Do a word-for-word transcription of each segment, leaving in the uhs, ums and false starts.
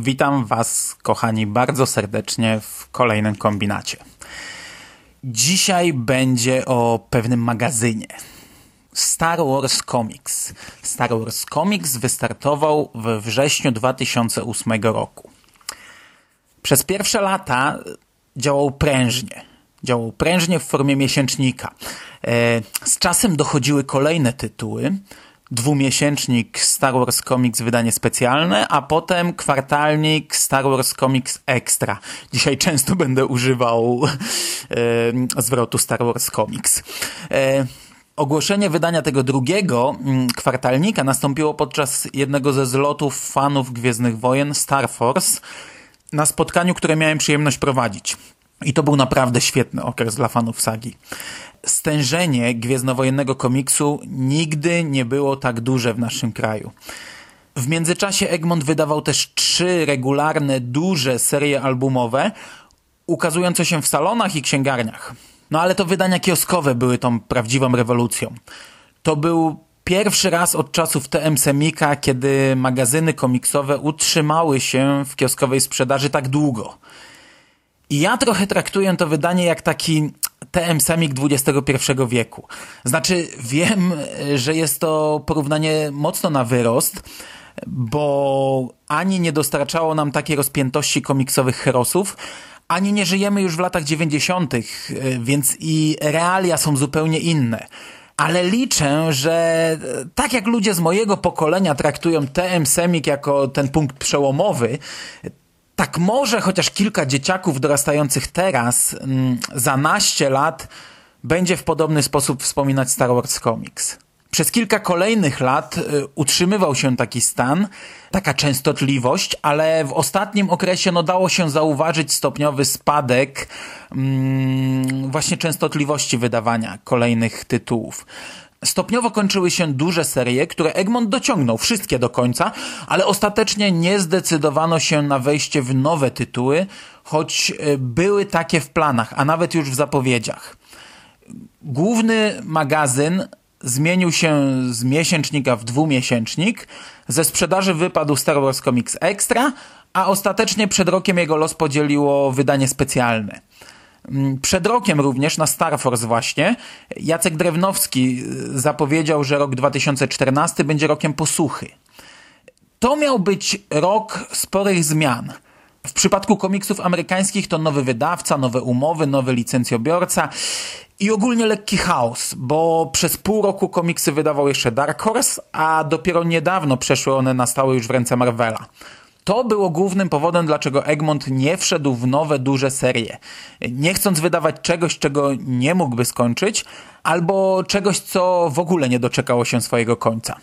Witam Was, kochani, bardzo serdecznie w kolejnym kombinacie. Dzisiaj będzie o pewnym magazynie. Star Wars Comics. Star Wars Comics wystartował we wrześniu dwa tysiące ósmego roku. Przez pierwsze lata działał prężnie. Działał prężnie w formie miesięcznika. Z czasem dochodziły kolejne tytuły. Dwumiesięcznik Star Wars Comics wydanie specjalne, a potem kwartalnik Star Wars Comics Extra. Dzisiaj często będę używał e, zwrotu Star Wars Comics. E, ogłoszenie wydania tego drugiego m, kwartalnika nastąpiło podczas jednego ze zlotów fanów Gwiezdnych Wojen Star Force na spotkaniu, które miałem przyjemność prowadzić. I to był naprawdę świetny okres dla fanów sagi. Stężenie gwiezdnowojennego komiksu nigdy nie było tak duże w naszym kraju. W międzyczasie Egmont wydawał też trzy regularne, duże serie albumowe, ukazujące się w salonach i księgarniach. No ale to wydania kioskowe były tą prawdziwą rewolucją. To był pierwszy raz od czasów T M Semika, kiedy magazyny komiksowe utrzymały się w kioskowej sprzedaży tak długo. I ja trochę traktuję to wydanie jak taki T M Semik dwudziestego pierwszego wieku. Znaczy wiem, że jest to porównanie mocno na wyrost, bo ani nie dostarczało nam takiej rozpiętości komiksowych herosów, ani nie żyjemy już w latach dziewięćdziesiątych, więc i realia są zupełnie inne. Ale liczę, że tak jak ludzie z mojego pokolenia traktują T M Semik jako ten punkt przełomowy, tak może chociaż kilka dzieciaków dorastających teraz, za naście lat, będzie w podobny sposób wspominać Star Wars Comics. Przez kilka kolejnych lat utrzymywał się taki stan, taka częstotliwość, ale w ostatnim okresie no, dało się zauważyć stopniowy spadek mm, właśnie częstotliwości wydawania kolejnych tytułów. Stopniowo kończyły się duże serie, które Egmont dociągnął, wszystkie do końca, ale ostatecznie nie zdecydowano się na wejście w nowe tytuły, choć były takie w planach, a nawet już w zapowiedziach. Główny magazyn zmienił się z miesięcznika w dwumiesięcznik, ze sprzedaży wypadł Star Wars Comics Extra, a ostatecznie przed rokiem jego los podzieliło wydanie specjalne. Przed rokiem również, na Star Force właśnie, Jacek Drewnowski zapowiedział, że rok dwa tysiące czternasty będzie rokiem posłuchy. To miał być rok sporych zmian. W przypadku komiksów amerykańskich to nowy wydawca, nowe umowy, nowy licencjobiorca i ogólnie lekki chaos, bo przez pół roku komiksy wydawał jeszcze Dark Horse, a dopiero niedawno przeszły one na stałe już w ręce Marvela. To było głównym powodem, dlaczego Egmont nie wszedł w nowe, duże serie. Nie chcąc wydawać czegoś, czego nie mógłby skończyć, albo czegoś, co w ogóle nie doczekało się swojego końca.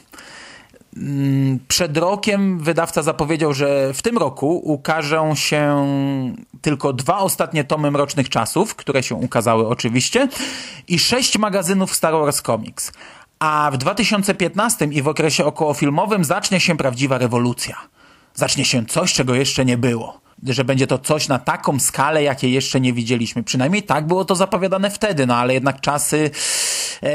Przed rokiem wydawca zapowiedział, że w tym roku ukażą się tylko dwa ostatnie tomy Mrocznych Czasów, które się ukazały oczywiście, i sześć magazynów Star Wars Comics. A w dwa tysiące piętnastym i w okresie okołofilmowym zacznie się prawdziwa rewolucja. Zacznie się coś, czego jeszcze nie było. Że będzie to coś na taką skalę, jakiej jeszcze nie widzieliśmy. Przynajmniej tak było to zapowiadane wtedy, no ale jednak czasy e,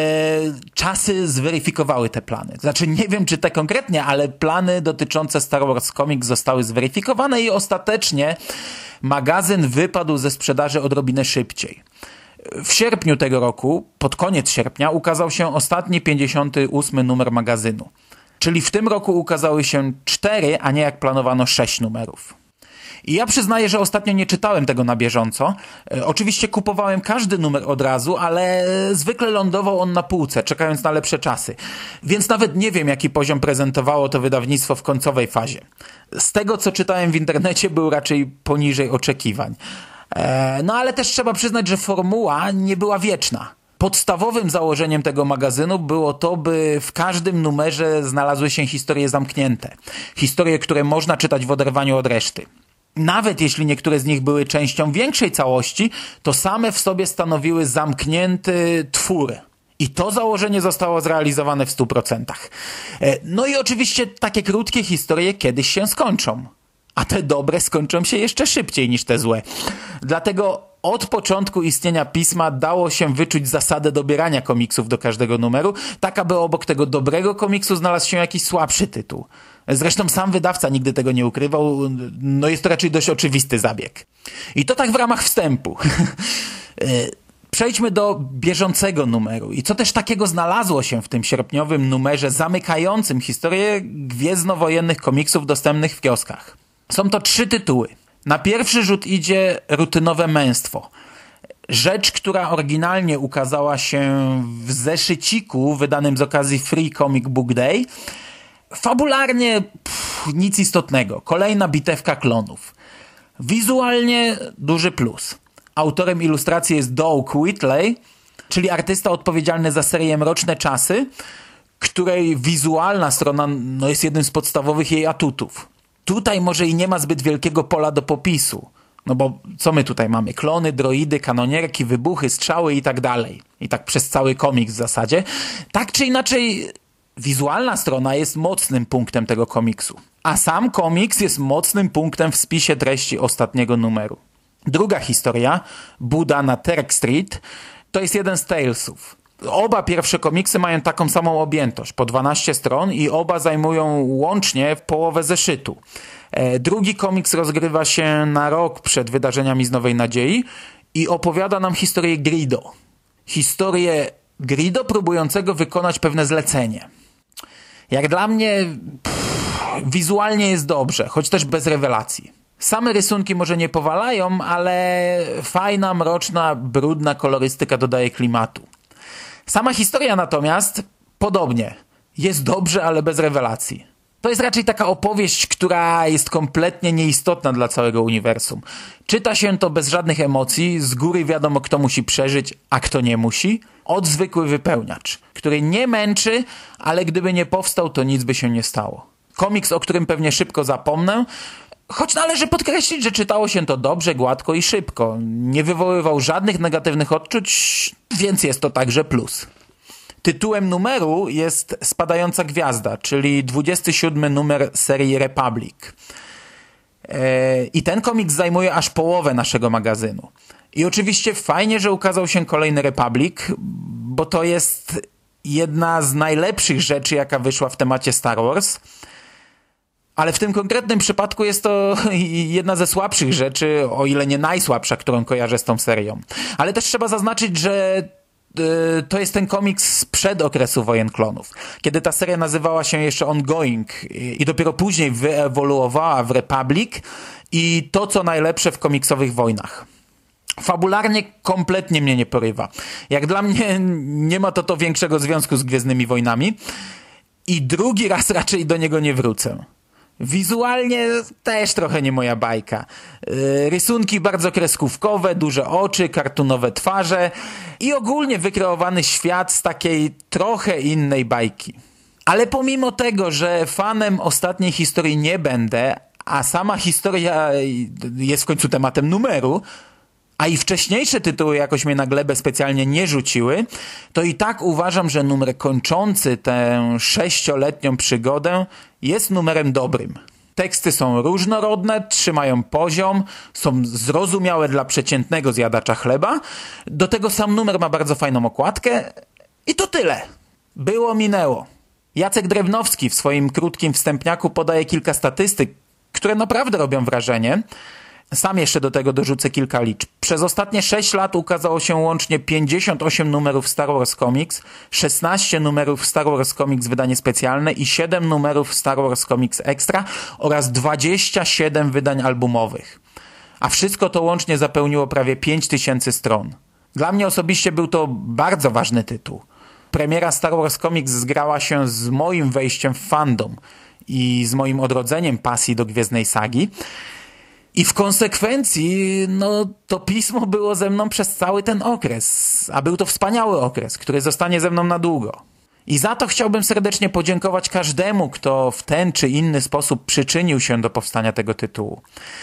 czasy zweryfikowały te plany. Znaczy nie wiem, czy te konkretnie, ale plany dotyczące Star Wars Comics zostały zweryfikowane i ostatecznie magazyn wypadł ze sprzedaży odrobinę szybciej. W sierpniu tego roku, pod koniec sierpnia, ukazał się ostatni pięćdziesiąty ósmy numer magazynu. Czyli w tym roku ukazały się cztery, a nie jak planowano sześć numerów. I ja przyznaję, że ostatnio nie czytałem tego na bieżąco. E, oczywiście kupowałem każdy numer od razu, ale zwykle lądował on na półce, czekając na lepsze czasy. Więc nawet nie wiem, jaki poziom prezentowało to wydawnictwo w końcowej fazie. Z tego, co czytałem w internecie, był raczej poniżej oczekiwań. E, no ale też trzeba przyznać, że formuła nie była wieczna. Podstawowym założeniem tego magazynu było to, by w każdym numerze znalazły się historie zamknięte. Historie, które można czytać w oderwaniu od reszty. Nawet jeśli niektóre z nich były częścią większej całości, to same w sobie stanowiły zamknięty twór. I to założenie zostało zrealizowane w stu procentach. No i oczywiście takie krótkie historie kiedyś się skończą. A te dobre skończą się jeszcze szybciej niż te złe. Dlatego Od początku istnienia pisma dało się wyczuć zasadę dobierania komiksów do każdego numeru, tak aby obok tego dobrego komiksu znalazł się jakiś słabszy tytuł. Zresztą sam wydawca nigdy tego nie ukrywał, no jest to raczej dość oczywisty zabieg. I to tak w ramach wstępu. Przejdźmy do bieżącego numeru. I co też takiego znalazło się w tym sierpniowym numerze zamykającym historię gwiezdnowojennych komiksów dostępnych w kioskach? Są to trzy tytuły. Na pierwszy rzut idzie Rutynowe męstwo. Rzecz, która oryginalnie ukazała się w zeszyciku wydanym z okazji Free Comic Book Day. Fabularnie pff, nic istotnego. Kolejna bitewka klonów. Wizualnie duży plus. Autorem ilustracji jest Doug Whitley, czyli artysta odpowiedzialny za serię Mroczne Czasy, której wizualna strona no, jest jednym z podstawowych jej atutów. Tutaj może i nie ma zbyt wielkiego pola do popisu. No bo co my tutaj mamy? Klony, droidy, kanonierki, wybuchy, strzały i tak dalej. I tak przez cały komiks w zasadzie. Tak czy inaczej, wizualna strona jest mocnym punktem tego komiksu. A sam komiks jest mocnym punktem w spisie treści ostatniego numeru. Druga historia, Buda na Terk Street, to jest jeden z Talesów. Oba pierwsze komiksy mają taką samą objętość, po dwanaście stron i oba zajmują łącznie w połowę zeszytu. Drugi komiks rozgrywa się na rok przed wydarzeniami z Nowej Nadziei i opowiada nam historię Greedo. Historię Greedo próbującego wykonać pewne zlecenie. Jak dla mnie pff, wizualnie jest dobrze, choć też bez rewelacji. Same rysunki może nie powalają, ale fajna, mroczna, brudna kolorystyka dodaje klimatu. Sama historia natomiast, podobnie, jest dobrze, ale bez rewelacji. To jest raczej taka opowieść, która jest kompletnie nieistotna dla całego uniwersum. Czyta się to bez żadnych emocji, z góry wiadomo kto musi przeżyć, a kto nie musi. Od zwykły wypełniacz, który nie męczy, ale gdyby nie powstał, to nic by się nie stało. Komiks, o którym pewnie szybko zapomnę, choć należy podkreślić, że czytało się to dobrze, gładko i szybko. Nie wywoływał żadnych negatywnych odczuć, więc jest to także plus. Tytułem numeru jest Spadająca Gwiazda, czyli dwudziesty siódmy numer serii Republic. I ten komiks zajmuje aż połowę naszego magazynu. I oczywiście fajnie, że ukazał się kolejny Republic, bo to jest jedna z najlepszych rzeczy, jaka wyszła w temacie Star Wars. Ale w tym konkretnym przypadku jest to jedna ze słabszych rzeczy, o ile nie najsłabsza, którą kojarzę z tą serią. Ale też trzeba zaznaczyć, że to jest ten komiks sprzed okresu Wojen Klonów, kiedy ta seria nazywała się jeszcze Ongoing i dopiero później wyewoluowała w Republic i to, co najlepsze w komiksowych wojnach. Fabularnie kompletnie mnie nie porywa. Jak dla mnie nie ma to to większego związku z Gwiezdnymi Wojnami i drugi raz raczej do niego nie wrócę. Wizualnie też trochę nie moja bajka. Yy, rysunki bardzo kreskówkowe, duże oczy, kartunowe twarze i ogólnie wykreowany świat z takiej trochę innej bajki. Ale pomimo tego, że fanem ostatniej historii nie będę, a sama historia jest w końcu tematem numeru, a i wcześniejsze tytuły jakoś mnie na glebę specjalnie nie rzuciły, to i tak uważam, że numer kończący tę sześcioletnią przygodę jest numerem dobrym. Teksty są różnorodne, trzymają poziom, są zrozumiałe dla przeciętnego zjadacza chleba. Do tego sam numer ma bardzo fajną okładkę i to tyle. Było, minęło. Jacek Drewnowski w swoim krótkim wstępniaku podaje kilka statystyk, które naprawdę robią wrażenie. Sam jeszcze do tego dorzucę kilka liczb. Przez ostatnie sześć lat ukazało się łącznie pięćdziesiąt osiem numerów Star Wars Comics, szesnaście numerów Star Wars Comics wydanie specjalne i siedem numerów Star Wars Comics Extra oraz dwadzieścia siedem wydań albumowych. A wszystko to łącznie zapełniło prawie pięć tysięcy stron. Dla mnie osobiście był to bardzo ważny tytuł. Premiera Star Wars Comics zgrała się z moim wejściem w fandom i z moim odrodzeniem pasji do Gwiezdnej Sagi. I w konsekwencji, no, to pismo było ze mną przez cały ten okres. A był to wspaniały okres, który zostanie ze mną na długo. I za to chciałbym serdecznie podziękować każdemu, kto w ten czy inny sposób przyczynił się do powstania tego tytułu.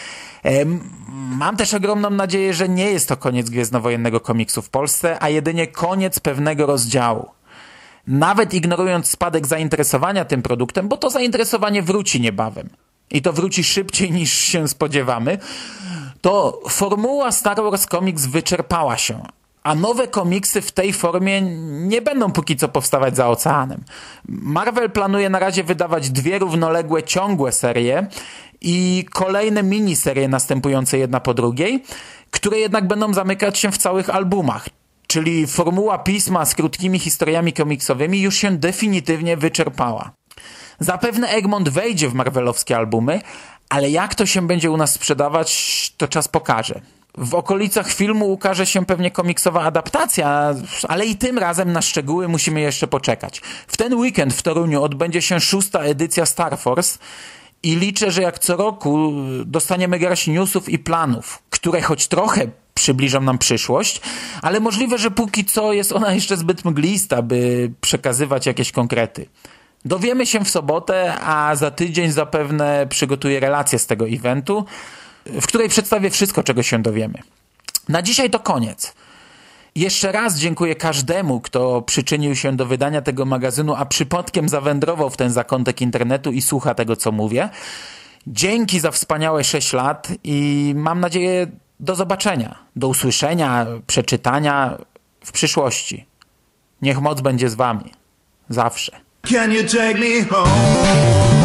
Mam też ogromną nadzieję, że nie jest to koniec gwiezdnowojennego komiksu w Polsce, a jedynie koniec pewnego rozdziału. Nawet ignorując spadek zainteresowania tym produktem, bo to zainteresowanie wróci niebawem. I to wróci szybciej niż się spodziewamy, to formuła Star Wars Comics wyczerpała się, a nowe komiksy w tej formie nie będą póki co powstawać za oceanem. Marvel planuje na razie wydawać dwie równoległe, ciągłe serie i kolejne miniserie następujące jedna po drugiej, które jednak będą zamykać się w całych albumach. Czyli formuła pisma z krótkimi historiami komiksowymi już się definitywnie wyczerpała. Zapewne Egmont wejdzie w marvelowskie albumy, ale jak to się będzie u nas sprzedawać, to czas pokaże. W okolicach filmu ukaże się pewnie komiksowa adaptacja, ale i tym razem na szczegóły musimy jeszcze poczekać. W ten weekend w Toruniu odbędzie się szósta edycja Star Force i liczę, że jak co roku dostaniemy garść newsów i planów, które choć trochę przybliżą nam przyszłość, ale możliwe, że póki co jest ona jeszcze zbyt mglista, by przekazywać jakieś konkrety. Dowiemy się w sobotę, a za tydzień zapewne przygotuję relację z tego eventu, w której przedstawię wszystko, czego się dowiemy. Na dzisiaj to koniec. Jeszcze raz dziękuję każdemu, kto przyczynił się do wydania tego magazynu, a przypadkiem zawędrował w ten zakątek internetu i słucha tego, co mówię. Dzięki za wspaniałe sześć lat i mam nadzieję do zobaczenia, do usłyszenia, przeczytania w przyszłości. Niech moc będzie z wami. Zawsze. Can you take me home?